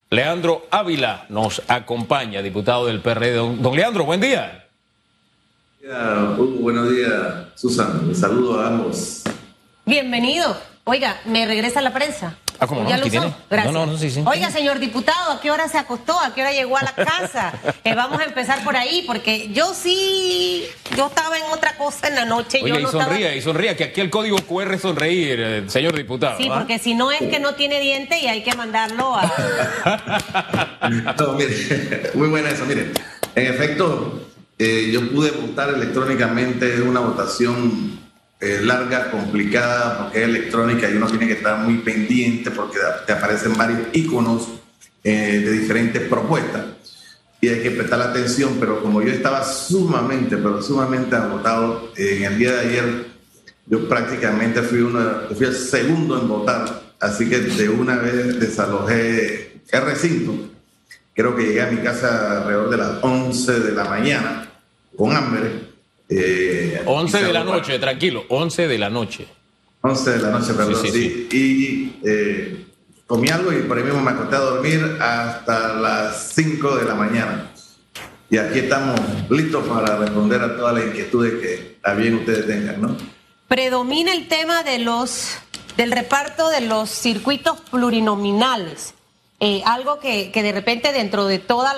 Leandro Ávila nos acompaña, diputado del PRD. Don Leandro, buen día. Buenos días, Susan. Les saludo a ambos. Bienvenido. Oiga, ¿me regresa la prensa? ¿Cómo no? ¿Ya lo usó? ¿Tiene? Gracias. Sí. Oiga, señor diputado, ¿a qué hora se acostó? ¿A qué hora llegó a la casa? Vamos a empezar por ahí, porque yo estaba en otra cosa en la noche. Oiga, yo no sonría, que aquí el código QR es sonreír, señor diputado. Sí, porque si no es que no tiene diente y hay que mandarlo a... No, mire, muy buena eso. Mire, en efecto, yo pude votar electrónicamente una votación larga, complicada, porque es electrónica y uno tiene que estar muy pendiente porque te aparecen varios iconos de diferentes propuestas y hay que prestar atención, pero como yo estaba sumamente agotado, en el día de ayer yo prácticamente fui el segundo en votar, así que de una vez desalojé el recinto. Creo que llegué a mi casa alrededor de las 11 de la mañana con hambre. 11 de la noche, tranquilo, 11 de la noche. 11 de la noche, perdón, sí. Y comí algo y por ahí mismo me acosté a dormir hasta las 5 de la mañana. Y aquí estamos listos para responder a todas las inquietudes que también ustedes tengan, ¿no? Predomina el tema del reparto de los circuitos plurinominales. Algo que de repente dentro de toda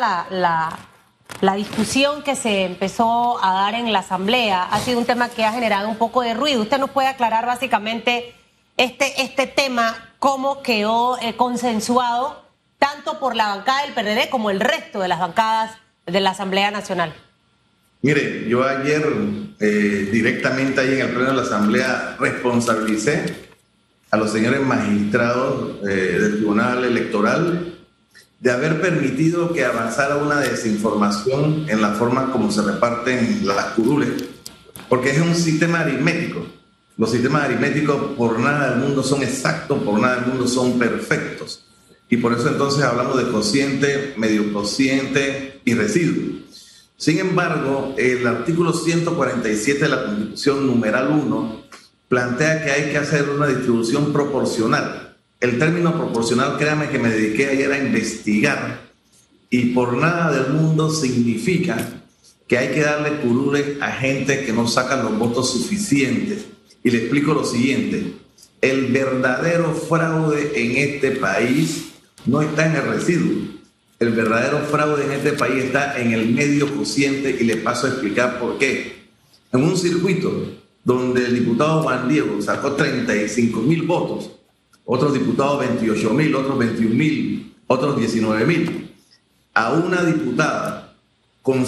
la discusión que se empezó a dar en la Asamblea ha sido un tema que ha generado un poco de ruido. ¿Usted nos puede aclarar básicamente este tema, cómo quedó consensuado tanto por la bancada del PRD como el resto de las bancadas de la Asamblea Nacional? Mire, yo ayer directamente ahí en el pleno de la Asamblea responsabilicé a los señores magistrados del Tribunal Electoral de haber permitido que avanzara una desinformación en la forma como se reparten las curules, porque es un sistema aritmético. Los sistemas aritméticos por nada del mundo son exactos, por nada del mundo son perfectos. Y por eso entonces hablamos de cociente, medio cociente y residuo. Sin embargo, el artículo 147 de la Constitución, numeral 1, plantea que hay que hacer una distribución proporcional. El término proporcional, créame que me dediqué ayer a investigar y por nada del mundo significa que hay que darle curules a gente que no sacan los votos suficientes. Y le explico lo siguiente: el verdadero fraude en este país no está en el residuo. El verdadero fraude en este país está en el medio cociente y le paso a explicar por qué. En un circuito donde el diputado Juan Diego sacó 35,000 votos, otros diputados 28,000, otros 21,000, otros 19,000. A una diputada con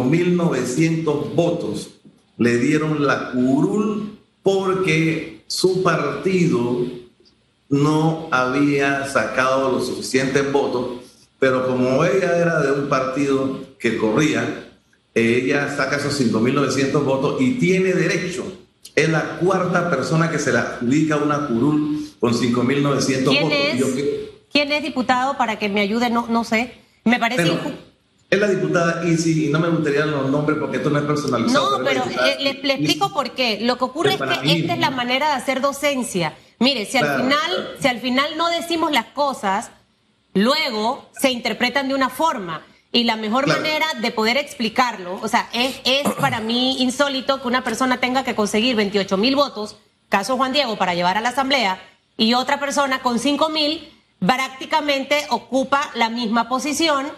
5,900 votos le dieron la curul porque su partido no había sacado los suficientes votos, pero como ella era de un partido que corría, ella saca esos 5,900 votos y tiene derecho. Es la cuarta persona que se le adjudica una curul con 5,900 votos. ¿Quién es, diputado, para que me ayude? No sé. Me parece es la diputada Isi, y no me gustaría los nombres porque esto no es personalizado. No, pero le explico por qué. Lo que ocurre es que esta es la manera de hacer docencia. Mire, si al final no decimos las cosas, luego se interpretan de una forma. Y la mejor manera de poder explicarlo, o sea, es para mí insólito que una persona tenga que conseguir 28,000 votos, caso Juan Diego, para llevar a la Asamblea, y otra persona con 5,000 prácticamente ocupa la misma posición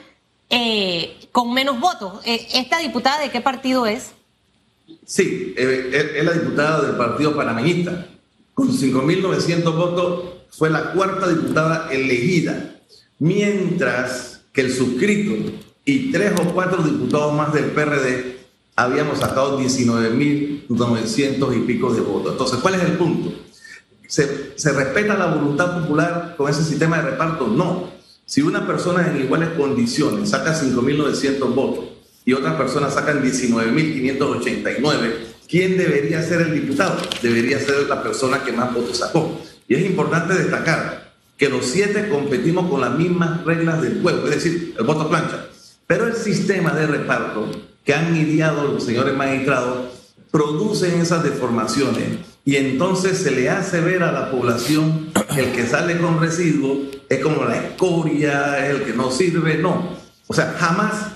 con menos votos. ¿Esta diputada de qué partido es? Sí, es la diputada del Partido Panameñista. Con 5,900 votos fue la cuarta diputada elegida, mientras que el suscrito y 3 o 4 diputados más del PRD habíamos sacado 19,900 y pico de votos. Entonces, ¿cuál es el punto? ¿Se respeta la voluntad popular con ese sistema de reparto? No. Si una persona en iguales condiciones saca 5,900 votos y otras personas sacan 19,589, ¿quién debería ser el diputado? Debería ser la persona que más votos sacó. Y es importante destacar que los 7 competimos con las mismas reglas del juego, es decir, el voto plancha. Pero el sistema de reparto que han ideado los señores magistrados producen esas deformaciones y entonces se le hace ver a la población el que sale con residuo es como la escoria, es el que no sirve, no. O sea, jamás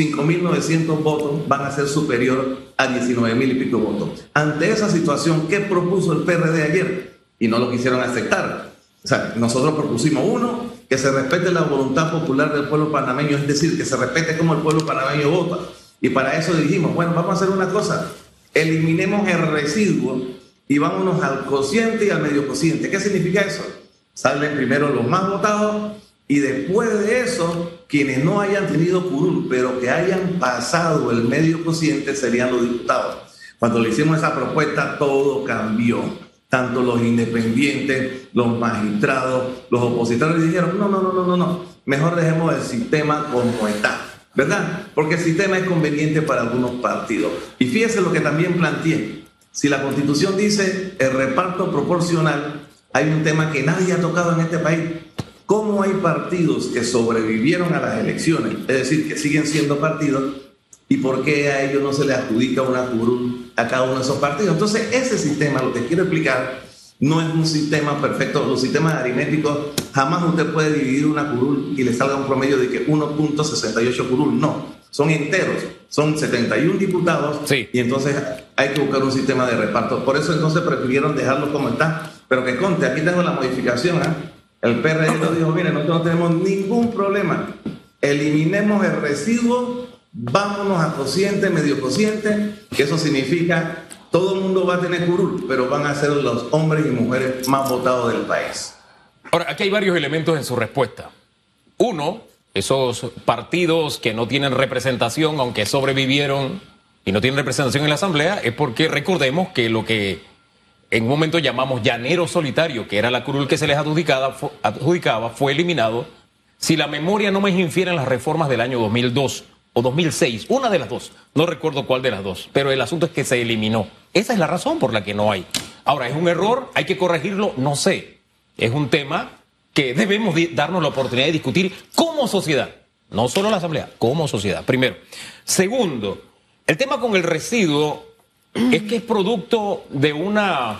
5.900 votos van a ser superior a 19.000 y pico votos. Ante esa situación, ¿qué propuso el PRD ayer? Y no lo quisieron aceptar. O sea, nosotros propusimos uno, que se respete la voluntad popular del pueblo panameño, es decir, que se respete cómo el pueblo panameño vota. Y para eso dijimos, bueno, vamos a hacer una cosa, eliminemos el residuo y vámonos al cociente y al medio cociente. ¿Qué significa eso? Salen primero los más votados y después de eso, quienes no hayan tenido curul, pero que hayan pasado el medio cociente serían los diputados. Cuando le hicimos esa propuesta, todo cambió. Tanto los independientes, los magistrados, los opositores dijeron, no, mejor dejemos el sistema como está, ¿verdad? Porque el sistema es conveniente para algunos partidos. Y fíjese lo que también planteé. Si la Constitución dice el reparto proporcional, hay un tema que nadie ha tocado en este país. ¿Cómo hay partidos que sobrevivieron a las elecciones? Es decir, que siguen siendo partidos. ¿Y por qué a ellos no se les adjudica una curul a cada uno de esos partidos? Entonces, ese sistema, lo que quiero explicar, no es un sistema perfecto. Los sistemas aritméticos, jamás usted puede dividir una curul y le salga un promedio de que 1.68 curul. No, son enteros, son 71 diputados, sí. Y entonces hay que buscar un sistema de reparto. Por eso entonces prefirieron dejarlo como está. Pero que conste, aquí tengo la modificación, ¿eh? El PRD nos dijo, miren, nosotros no tenemos ningún problema. Eliminemos el residuo, vámonos a cociente, medio cociente, que eso significa todo el mundo va a tener curul, pero van a ser los hombres y mujeres más votados del país. Ahora, aquí hay varios elementos en su respuesta. Uno, esos partidos que no tienen representación, aunque sobrevivieron y no tienen representación en la Asamblea, es porque recordemos que lo que en un momento llamamos llanero solitario, que era la curul que se les adjudicaba, fue eliminado. Si la memoria no me es infiel, en las reformas del año 2002 o 2006, una de las dos, no recuerdo cuál de las dos, pero el asunto es que se eliminó. Esa es la razón por la que no hay. Ahora, ¿es un error? ¿Hay que corregirlo? No sé. Es un tema que debemos darnos la oportunidad de discutir como sociedad, no solo la Asamblea, como sociedad, primero. Segundo, el tema con el residuo es que es producto de una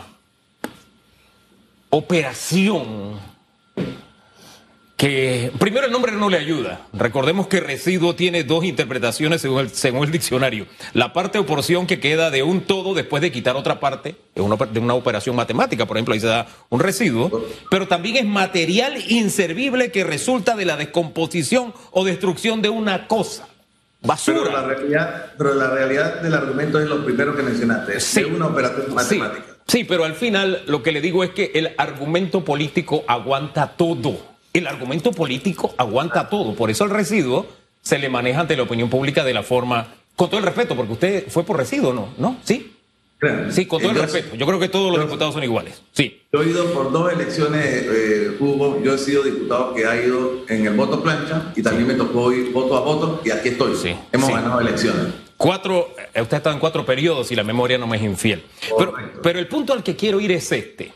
operación que, primero, el nombre no le ayuda. Recordemos que residuo tiene dos interpretaciones según el diccionario. La parte o porción que queda de un todo después de quitar otra parte, de una operación matemática, por ejemplo, ahí se da un residuo, pero también es material inservible que resulta de la descomposición o destrucción de una cosa. Basura. Pero la realidad del argumento es lo primero que mencionaste, sí, es una operación matemática. Sí, pero al final lo que le digo es que el argumento político aguanta todo. El argumento político aguanta todo. Por eso el residuo se le maneja ante la opinión pública de la forma, con todo el respeto, porque usted fue por residuo, ¿no? ¿Sí? Claro. Sí, con todo el respeto. Yo creo que todos los diputados son iguales. Sí. Yo he ido por 2 elecciones, Hugo. Yo he sido diputado que ha ido en el voto plancha y también me tocó ir voto a voto y aquí estoy. Sí. Hemos ganado elecciones. Usted ha estado en 4 periodos y la memoria no me es infiel. Pero el punto al que quiero ir es este.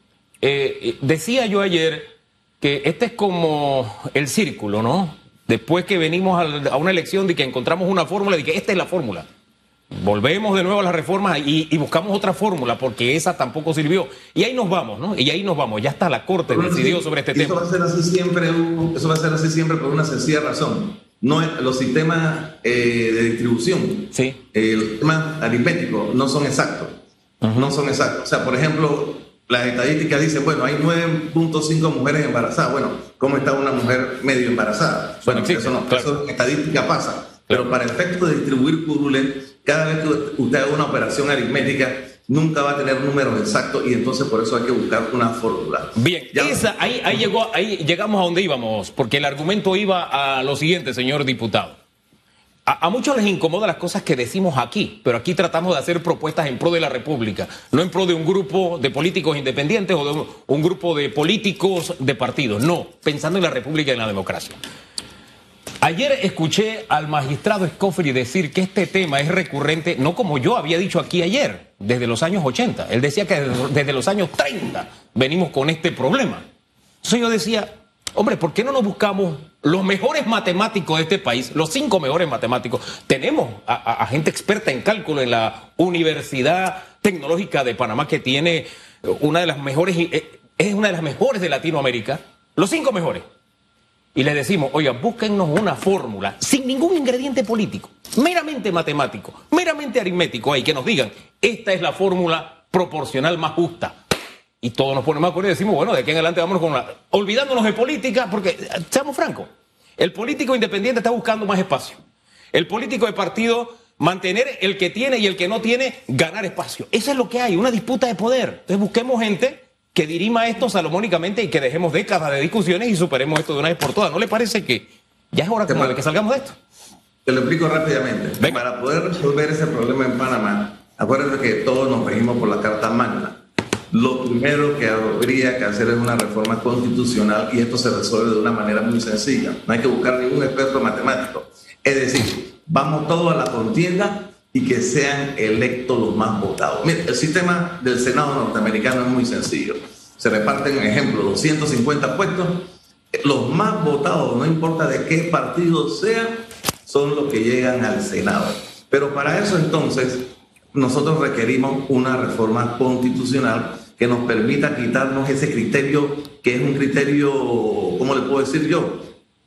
Decía yo ayer que este es como el círculo, ¿no? Después que venimos a una elección de que encontramos una fórmula, de que esta es la fórmula. Volvemos de nuevo a las reformas y buscamos otra fórmula porque esa tampoco sirvió. Y ahí nos vamos, ¿no? Y ahí nos vamos. Ya está, la Corte decidió sobre este tema. Eso va a ser así siempre, Hugo. Eso va a ser así siempre por una sencilla razón. Los sistemas de distribución, sí, los sistemas aritméticos no son exactos. No son exactos. O sea, por ejemplo, las estadísticas dicen, bueno, hay 9.5 mujeres embarazadas. Bueno, ¿cómo está una mujer medio embarazada? Bueno, eso no, claro. Eso en estadística pasa. Pero para efectos de distribuir curules, cada vez que usted haga una operación aritmética, nunca va a tener números exactos y entonces por eso hay que buscar una fórmula. Bien, ahí llegamos a donde íbamos, porque el argumento iba a lo siguiente, señor diputado. A muchos les incomoda las cosas que decimos aquí, pero aquí tratamos de hacer propuestas en pro de la República, no en pro de un grupo de políticos independientes o de un grupo de políticos de partidos, no, pensando en la República y en la democracia. Ayer escuché al magistrado Escofri decir que este tema es recurrente, no como yo había dicho aquí ayer, desde los años 80. Él decía que desde los años 30 venimos con este problema. Entonces yo decía, hombre, ¿por qué no nos buscamos los mejores matemáticos de este país, los 5 mejores matemáticos? Tenemos a gente experta en cálculo en la Universidad Tecnológica de Panamá, que tiene una de las mejores, es una de las mejores de Latinoamérica. Los 5 mejores. y les decimos, oiga, búsquennos una fórmula sin ningún ingrediente político, meramente matemático, meramente aritmético, ahí que nos digan, esta es la fórmula proporcional más justa. Y todos nos ponemos de acuerdo y decimos, bueno, de aquí en adelante vamos olvidándonos de política, porque, seamos francos, el político independiente está buscando más espacio. El político de partido, mantener el que tiene y el que no tiene, ganar espacio. Eso es lo que hay, una disputa de poder. Entonces busquemos gente que dirima esto salomónicamente y que dejemos décadas de discusiones y superemos esto de una vez por todas. ¿No le parece que ya es hora como de que salgamos de esto? Te lo explico rápidamente. Venga. Para poder resolver ese problema en Panamá, acuérdense que todos nos regimos por la Carta Magna. Lo primero que habría que hacer es una reforma constitucional y esto se resuelve de una manera muy sencilla. No hay que buscar ningún experto matemático. Es decir, vamos todos a la contienda y que sean electos los más votados. Mira, el sistema del Senado norteamericano es muy sencillo. Se reparten, ejemplo, 250 puestos. Los más votados, no importa de qué partido sean, son los que llegan al Senado. Pero para eso entonces nosotros requerimos una reforma constitucional que nos permita quitarnos ese criterio, que es un criterio, ¿cómo le puedo decir yo?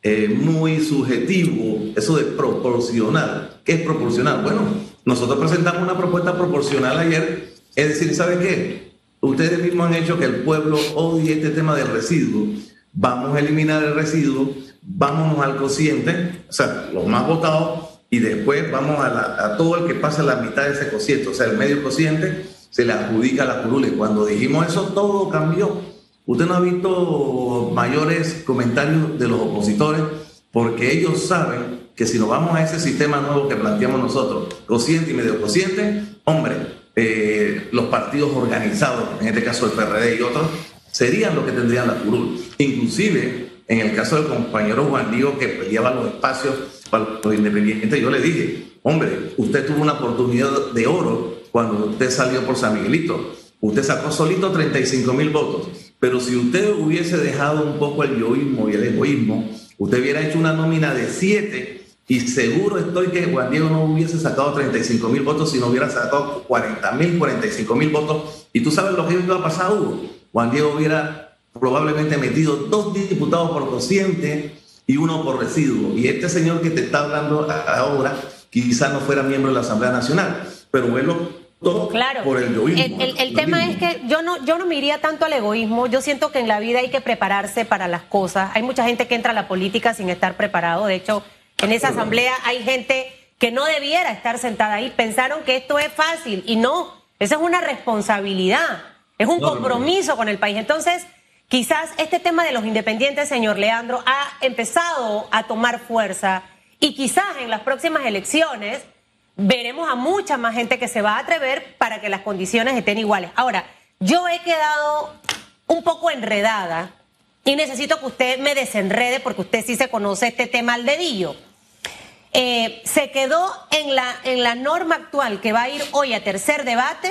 Muy subjetivo, eso de proporcional. ¿Qué es proporcional? Bueno, nosotros presentamos una propuesta proporcional ayer, es decir, ¿sabe qué? Ustedes mismos han hecho que el pueblo odie este tema del residuo. Vamos a eliminar el residuo, vámonos al cociente, o sea, los más votados, y después vamos a todo el que pasa la mitad de ese cociente, o sea, el medio cociente se le adjudica a la curula. Y cuando dijimos eso, todo cambió. Usted no ha visto mayores comentarios de los opositores porque ellos saben que si nos vamos a ese sistema nuevo que planteamos nosotros, cociente y medio cociente, hombre, los partidos organizados, en este caso el PRD y otros, serían los que tendrían la curul. Inclusive, en el caso del compañero Juan Diego que peleaba los espacios para los independientes, yo le dije, hombre, usted tuvo una oportunidad de oro cuando usted salió por San Miguelito. Usted sacó solito 35,000 votos. Pero si usted hubiese dejado un poco el yoísmo y el egoísmo, usted hubiera hecho una nómina de 7 y seguro estoy que Juan Diego no hubiese sacado 35,000 votos, sino hubiera sacado 40,000, 45,000 votos. Y tú sabes lo que iba a pasar, Hugo. Juan Diego hubiera probablemente metido 2 diputados por cociente y 1 por residuo. Y este señor que te está hablando ahora quizás no fuera miembro de la Asamblea Nacional, pero bueno, todo claro. Por el egoísmo. El tema es que yo no me iría tanto al egoísmo. Yo siento que en la vida hay que prepararse para las cosas. Hay mucha gente que entra a la política sin estar preparado. De hecho, en esa asamblea hay gente que no debiera estar sentada ahí. Pensaron que esto es fácil y no. Esa es una responsabilidad. Es un compromiso con el país. Entonces, quizás este tema de los independientes, señor Leandro, ha empezado a tomar fuerza y quizás en las próximas elecciones veremos a mucha más gente que se va a atrever para que las condiciones estén iguales. Ahora, yo he quedado un poco enredada y necesito que usted me desenrede porque usted sí se conoce este tema al dedillo. Se quedó en la norma actual que va a ir hoy a tercer debate,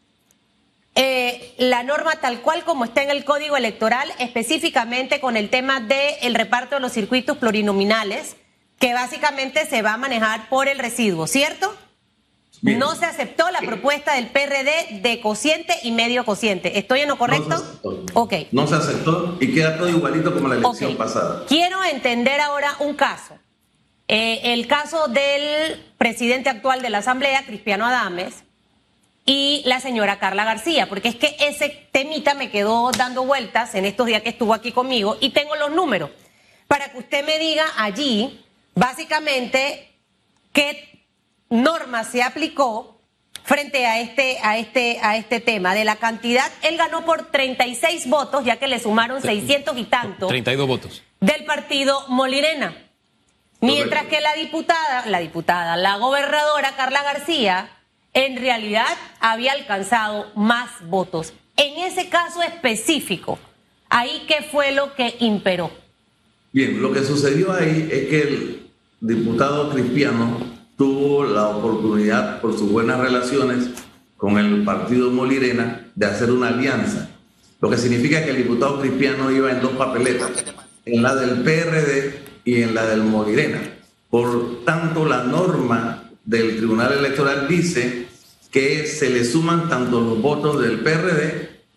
la norma tal cual como está en el Código Electoral, específicamente con el tema del reparto de los circuitos plurinominales, que básicamente se va a manejar por el residuo, ¿cierto? Bien. No se aceptó la propuesta del PRD de cociente y medio cociente. ¿Estoy en lo correcto? No se aceptó. Okay. No se aceptó y queda todo igualito como la elección pasada. Quiero entender ahora un caso. El caso del presidente actual de la Asamblea, Cristiano Adames, y la señora Carla García, porque es que ese temita me quedó dando vueltas en estos días que estuvo aquí conmigo y tengo los números para que usted me diga allí básicamente qué norma se aplicó frente a este tema. De la cantidad, él ganó por 36 votos, ya que le sumaron 600 y tanto. 32 votos. Del partido Molirena. Mientras que la gobernadora Carla García, en realidad había alcanzado más votos. En ese caso específico, ¿ahí qué fue lo que imperó? Bien, lo que sucedió ahí es que el diputado Cristiano tuvo la oportunidad, por sus buenas relaciones con el partido Molirena, de hacer una alianza. Lo que significa que el diputado Cristiano iba en 2 papeletas, en la del PRD y en la del Molirena. Por tanto, la norma del Tribunal Electoral dice que se le suman tanto los votos del PRD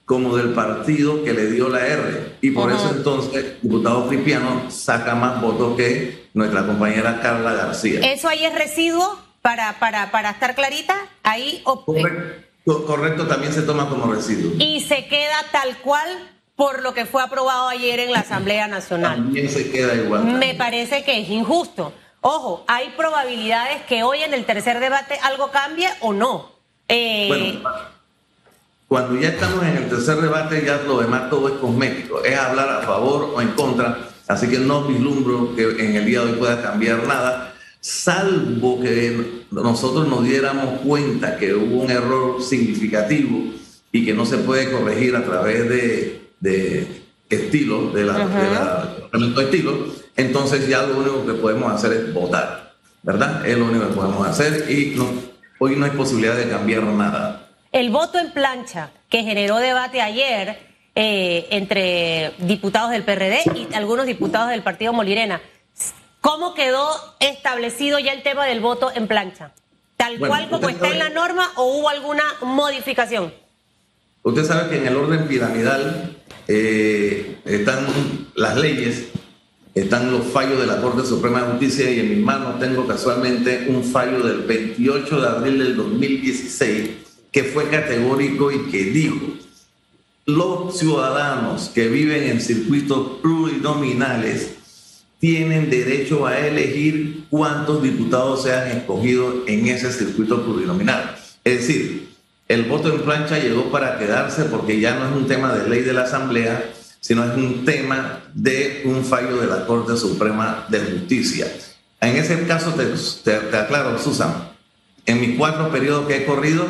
como del partido que le dio la R. Y por eso entonces el diputado Fripiano saca más votos que nuestra compañera Carla García. ¿Eso ahí es residuo para estar clarita? Ahí correcto, también se toma como residuo. Y se queda tal cual por lo que fue aprobado ayer en la Asamblea Nacional. También se queda igual. Me parece que es injusto. Ojo, hay probabilidades que hoy en el tercer debate algo cambie o no. Bueno, cuando ya estamos en el tercer debate, ya lo demás todo es cosmético. Es hablar a favor o en contra. Así que no vislumbro que en el día de hoy pueda cambiar nada, salvo que nosotros nos diéramos cuenta que hubo un error significativo y que no se puede corregir a través de estilo, de estilo. Entonces ya lo único que podemos hacer es votar, ¿verdad? Es lo único que podemos hacer y hoy no hay posibilidad de cambiar nada. El voto en plancha que generó debate ayer entre diputados del PRD y algunos diputados del Partido Molirena, ¿cómo quedó establecido ya el tema del voto en plancha? ¿Tal cual como está en la norma o hubo alguna modificación? Usted sabe que en el orden piramidal están las leyes, están los fallos de la Corte Suprema de Justicia y en mis manos tengo casualmente un fallo del 28 de abril del 2016 que fue categórico y que dijo: los ciudadanos que viven en circuitos plurinominales tienen derecho a elegir cuántos diputados sean escogidos en ese circuito plurinominal. Es decir, el voto en plancha llegó para quedarse porque ya no es un tema de ley de la Asamblea, sino es un tema de un fallo de la Corte Suprema de Justicia. En ese caso, te aclaro, Susan, en mis 4 periodos que he corrido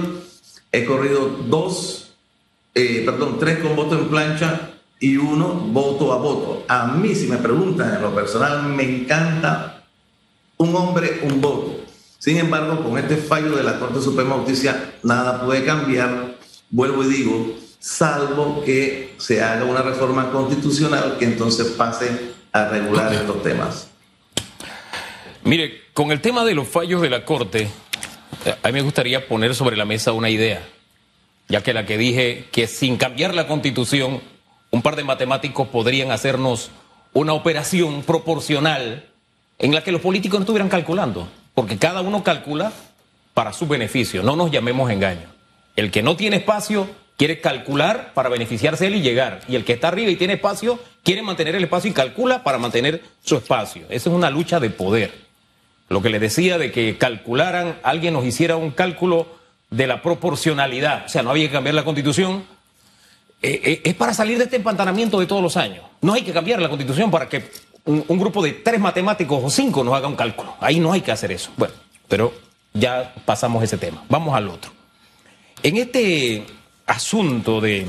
3 con voto en plancha y 1 voto a voto. A mí, si me preguntan en lo personal, me encanta un hombre, un voto. Sin embargo, con este fallo de la Corte Suprema de Justicia, nada puede cambiar, vuelvo y digo, salvo que se haga una reforma constitucional que entonces pase a regular estos temas. Mire, con el tema de los fallos de la Corte, a mí me gustaría poner sobre la mesa una idea, ya que la que dije que sin cambiar la Constitución, un par de matemáticos podrían hacernos una operación proporcional en la que los políticos no estuvieran calculando, porque cada uno calcula para su beneficio, no nos llamemos engaño. El que no tiene espacio quiere calcular para beneficiarse él y llegar, y el que está arriba y tiene espacio quiere mantener el espacio y calcula para mantener su espacio. Esa es una lucha de poder. Lo que le decía de que calcularan, alguien nos hiciera un cálculo de la proporcionalidad, o sea, no había que cambiar la Constitución, es para salir de este empantanamiento de todos los años. No hay que cambiar la Constitución para que un grupo de 3 matemáticos o 5 nos haga un cálculo. Ahí no hay que hacer eso. Bueno, pero ya pasamos ese tema. Vamos al otro. En este asunto de...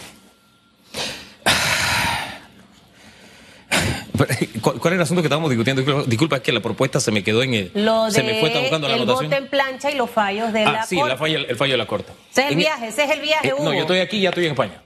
¿Cuál era el asunto que estábamos discutiendo? Disculpa, es que la propuesta se me quedó en el... se me fue, estaba buscando la anotación. El voto en plancha y los fallos de la sí, Corte. el fallo de la Corte. Ese es el viaje, Hugo. No, yo estoy aquí, ya estoy en España.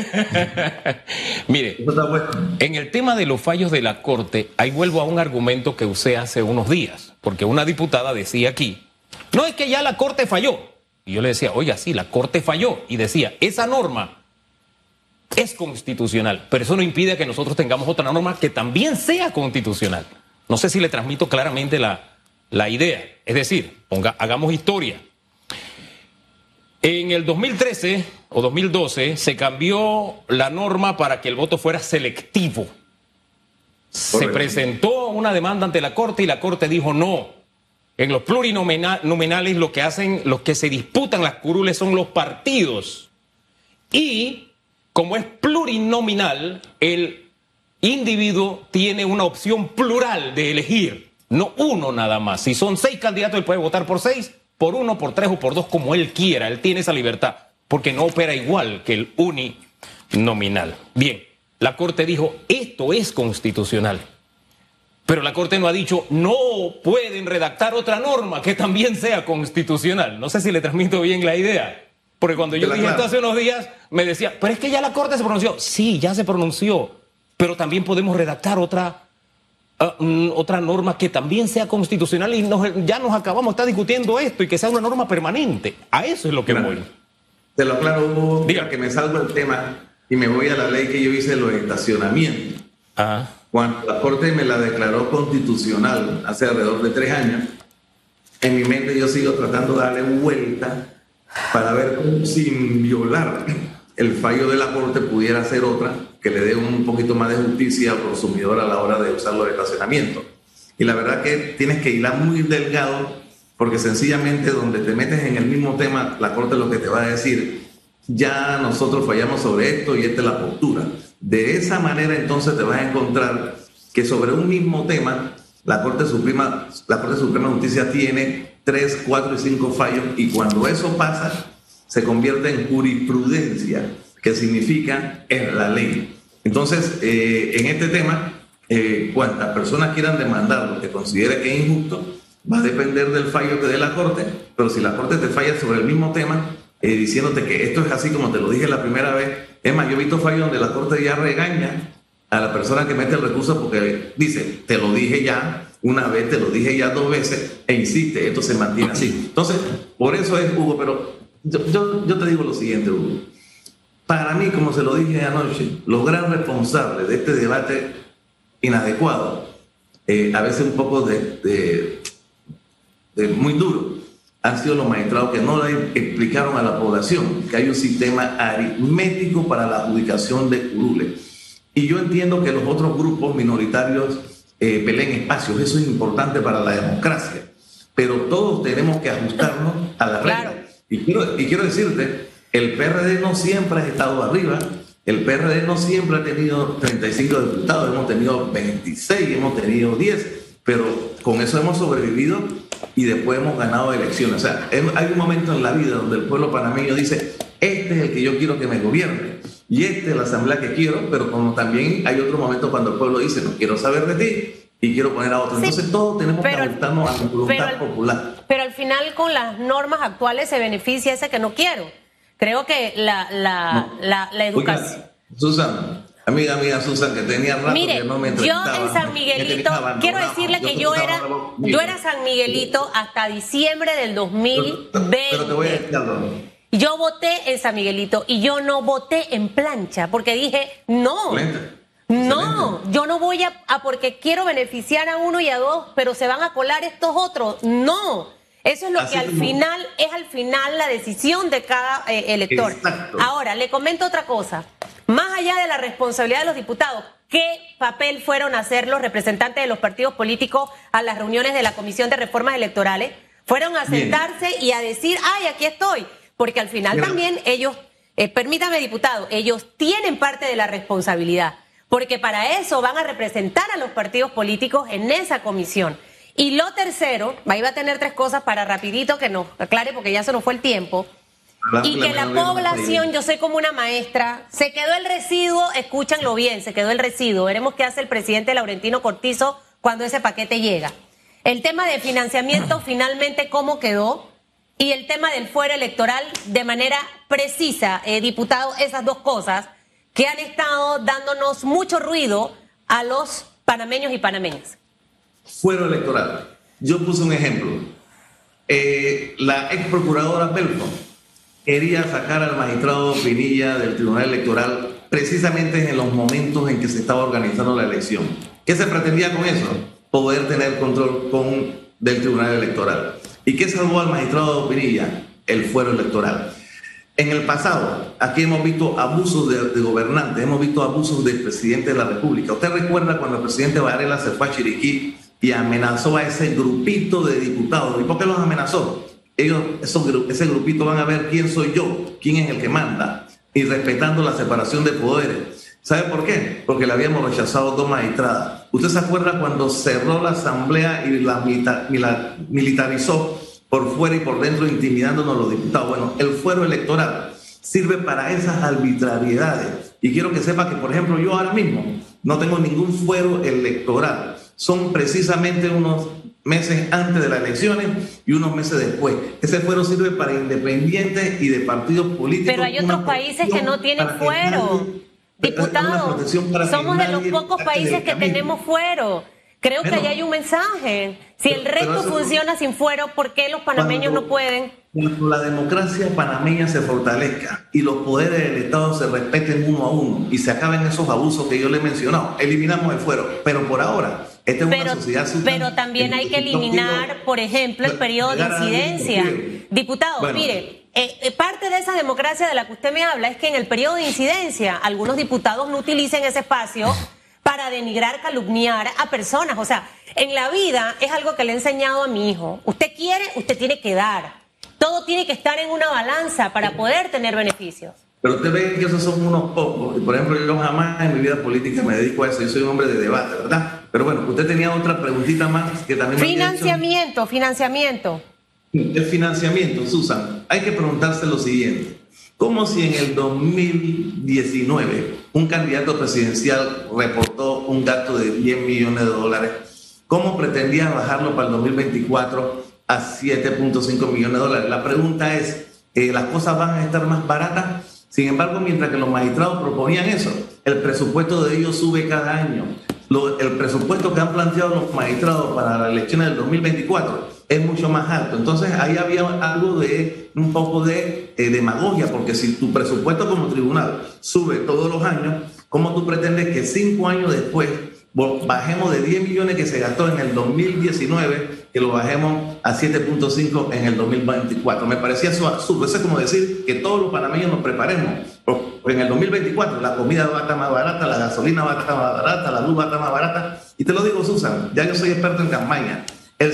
Mire, en el tema de los fallos de la Corte, ahí vuelvo a un argumento que usé hace unos días, porque una diputada decía aquí, no es que ya la Corte falló. Y yo le decía, oiga, sí, la Corte falló. Y decía, esa norma es constitucional, pero eso no impide que nosotros tengamos otra norma que también sea constitucional. No sé si le transmito claramente la idea. Es decir, hagamos historia. En el 2013 o 2012 se cambió la norma para que el voto fuera selectivo. Se presentó una demanda ante la Corte y la Corte dijo no. En los plurinominales lo que hacen, los que se disputan las curules son los partidos. Y como es plurinominal, el individuo tiene una opción plural de elegir, no uno nada más. Si son 6 candidatos, él puede votar por 6, por 1, por 3 o por 2, como él quiera. Él tiene esa libertad, porque no opera igual que el uninominal. Bien, la Corte dijo, esto es constitucional. Pero la Corte no ha dicho, no pueden redactar otra norma que también sea constitucional. No sé si le transmito bien la idea. Porque cuando yo dije esto hace unos días, me decía, pero es que ya la Corte se pronunció. Sí, ya se pronunció, pero también podemos redactar otra norma que también sea constitucional y ya nos acabamos de estar discutiendo esto y que sea una norma permanente. A eso es lo que voy. Te lo aclaro, Hugo, Diga. que me salgo del tema y me voy a la ley que yo hice de los estacionamientos. Ajá. Cuando la Corte me la declaró constitucional hace alrededor de 3 años, en mi mente yo sigo tratando de darle vuelta para ver cómo, sin violar el fallo de la Corte, pudiera ser otra que le dé un poquito más de justicia al consumidor a la hora de usar los estacionamientos. Y la verdad que tienes que hilar muy delgado, porque sencillamente donde te metes en el mismo tema, la Corte lo que te va a decir, ya nosotros fallamos sobre esto y esta es la postura. De esa manera entonces te vas a encontrar que sobre un mismo tema la Corte Suprema de Justicia tiene 3, 4 y 5 fallos, y cuando eso pasa se convierte en jurisprudencia, que significa es la ley. Entonces, en este tema, cuantas personas quieran demandar lo que considere que es injusto, va a depender del fallo que dé la Corte, pero si la Corte te falla sobre el mismo tema, diciéndote que esto es así como te lo dije la primera vez, es más, yo he visto fallos donde la Corte ya regaña a la persona que mete el recurso porque dice, te lo dije ya una vez, te lo dije ya 2 veces, e insiste, esto se mantiene así. Entonces, por eso es, Hugo, pero yo te digo lo siguiente, Hugo. Para mí, como se lo dije anoche, los gran responsables de este debate inadecuado, a veces un poco de muy duro, han sido los magistrados que no le explicaron a la población que hay un sistema aritmético para la adjudicación de curules. Y yo entiendo que los otros grupos minoritarios peleen espacios, eso es importante para la democracia, pero todos tenemos que ajustarnos a la regla. Claro. Y quiero decirte, el PRD no siempre ha estado arriba, el PRD no siempre ha tenido 35 diputados, hemos tenido 26, hemos tenido 10, pero con eso hemos sobrevivido y después hemos ganado elecciones. O sea, hay un momento en la vida donde el pueblo panameño dice, este es el que yo quiero que me gobierne y esta es la asamblea que quiero, pero como también hay otro momento cuando el pueblo dice, no quiero saber de ti y quiero poner a otro. Entonces todos tenemos que ajustarnos a la voluntad popular. Pero al final con las normas actuales se beneficia ese que no quiero. Creo que la educación... Oiga, Susan, amiga Susan, que tenía rato que no me entrevistaba. Yo en San Miguelito, quiero decirle que yo era San Miguelito hasta diciembre del 2020. Pero te voy a decir algo. Yo voté en San Miguelito y yo no voté en plancha porque dije, no, yo no voy a porque quiero beneficiar a uno y a dos, pero se van a colar estos otros. No, eso es lo que al final la decisión de cada elector. Exacto. Ahora, le comento otra cosa. Más allá de la responsabilidad de los diputados, ¿qué papel fueron a hacer los representantes de los partidos políticos a las reuniones de la Comisión de Reformas Electorales? Fueron a sentarse y a decir, ay, aquí estoy. Porque al final también ellos, permítame, diputado, ellos tienen parte de la responsabilidad. Porque para eso van a representar a los partidos políticos en esa comisión. Y lo tercero, ahí va a tener 3 cosas para rapidito que nos aclare porque ya se nos fue el tiempo. Y que la población, yo soy como una maestra, se quedó el residuo, escúchanlo bien, se quedó el residuo. Veremos qué hace el presidente Laurentino Cortizo cuando ese paquete llega. El tema de financiamiento, finalmente, ¿cómo quedó? Y el tema del fuero electoral, de manera precisa, diputado, esas 2 cosas que han estado dándonos mucho ruido a los panameños y panameñas. Fuero electoral. Yo puse un ejemplo. La ex procuradora Belfort quería sacar al magistrado Pinilla del Tribunal Electoral precisamente en los momentos en que se estaba organizando la elección. ¿Qué se pretendía con eso? Poder tener control del Tribunal Electoral. ¿Y qué salvó al magistrado Pinilla? El fuero electoral. En el pasado, aquí hemos visto abusos de gobernantes, hemos visto abusos del presidente de la República. ¿Usted recuerda cuando el presidente Varela se fue a Chiriquí y amenazó a ese grupito de diputados? ¿Y por qué los amenazó? Ese grupito van a ver quién soy yo, quién es el que manda, y respetando la separación de poderes. ¿Sabe por qué? Porque le habíamos rechazado 2 magistradas. ¿Usted se acuerda cuando cerró la asamblea y la militarizó por fuera y por dentro, intimidándonos a los diputados? Bueno, el fuero electoral sirve para esas arbitrariedades. Y quiero que sepa que, por ejemplo, yo ahora mismo no tengo ningún fuero electoral. Son precisamente unos meses antes de las elecciones y unos meses después. Ese fuero sirve para independientes y de partidos políticos. Pero hay otros países que no tienen fuero. Diputados, somos de los pocos países que tenemos fuero. Creo que ahí hay un mensaje. Si el resto funciona sin fuero, ¿por qué los panameños no pueden? Cuando la democracia panameña se fortalezca y los poderes del Estado se respeten uno a uno y se acaben esos abusos que yo le he mencionado, eliminamos el fuero. Pero por ahora, esta es una sociedad... Pero también hay que eliminar, por ejemplo, el periodo de incidencia. Diputado, mire, parte de esa democracia de la que usted me habla es que en el periodo de incidencia algunos diputados no utilicen ese espacio para denigrar, calumniar a personas. O sea, en la vida es algo que le he enseñado a mi hijo. Usted quiere, usted tiene que dar. Todo tiene que estar en una balanza para poder tener beneficios. Pero usted ve que esos son unos pocos. Por ejemplo, yo jamás en mi vida política me dedico a eso. Yo soy un hombre de debate, ¿verdad? Pero bueno, usted tenía otra preguntita más que también... Financiamiento. El financiamiento, Susan. Hay que preguntarse lo siguiente. ¿Cómo si en el 2019 un candidato presidencial reportó un gasto de $10 millones, cómo pretendía bajarlo para el 2024 a $7.5 millones? La pregunta es, ¿las cosas van a estar más baratas? Sin embargo, mientras que los magistrados proponían eso, el presupuesto de ellos sube cada año. El presupuesto que han planteado los magistrados para las elecciones del 2024 es mucho más alto. Entonces ahí había algo de un poco de demagogia, porque si tu presupuesto como tribunal sube todos los años, ¿cómo tú pretendes que 5 años después bajemos de 10 millones que se gastó en el 2019, que lo bajemos a 7.5 en el 2024? Me parecía eso absurdo. Eso es como decir que todos los panameños nos preparemos, porque en el 2024 la comida va a estar más barata, la gasolina va a estar más barata, la luz va a estar más barata. Y te lo digo, Susan, ya yo soy experto en campaña. El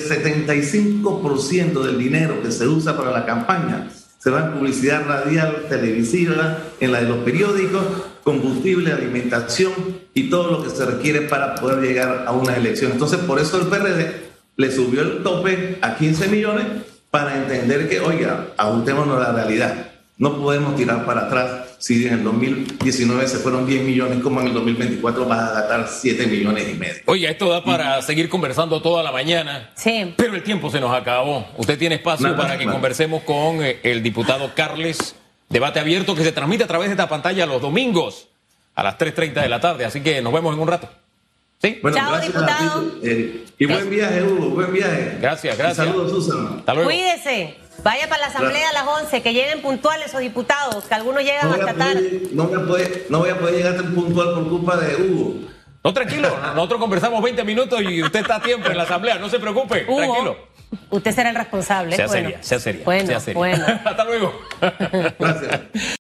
75% del dinero que se usa para la campaña se va en publicidad radial, televisiva, en la de los periódicos, combustible, alimentación y todo lo que se requiere para poder llegar a una elección. Entonces, por eso el PRD le subió el tope a 15 millones para entender que, oiga, ajustémonos a la realidad. No podemos tirar para atrás. Si en el 2019 se fueron 10 millones, como en el 2024 vas a gastar 7 millones y medio. Oye, esto da para seguir conversando toda la mañana. Sí. Pero el tiempo se nos acabó. Usted tiene espacio para que conversemos con el diputado Carles. Debate abierto que se transmite a través de esta pantalla los domingos a las 3:30 de la tarde. Así que nos vemos en un rato. ¿Sí? Bueno, chao, diputado. Y buen viaje, Hugo. Buen viaje. Gracias. Y saludos, Susan. Hasta luego. Cuídese. Vaya para la asamblea a las 11, que lleguen puntuales esos diputados, que algunos llegan hasta tarde. No voy a poder llegar tan puntual por culpa de Hugo. No, tranquilo. Nosotros conversamos 20 minutos y usted está a tiempo en la asamblea. No se preocupe. Hugo, tranquilo. Usted será el responsable. Sea seria. Bueno. Hasta luego. Gracias.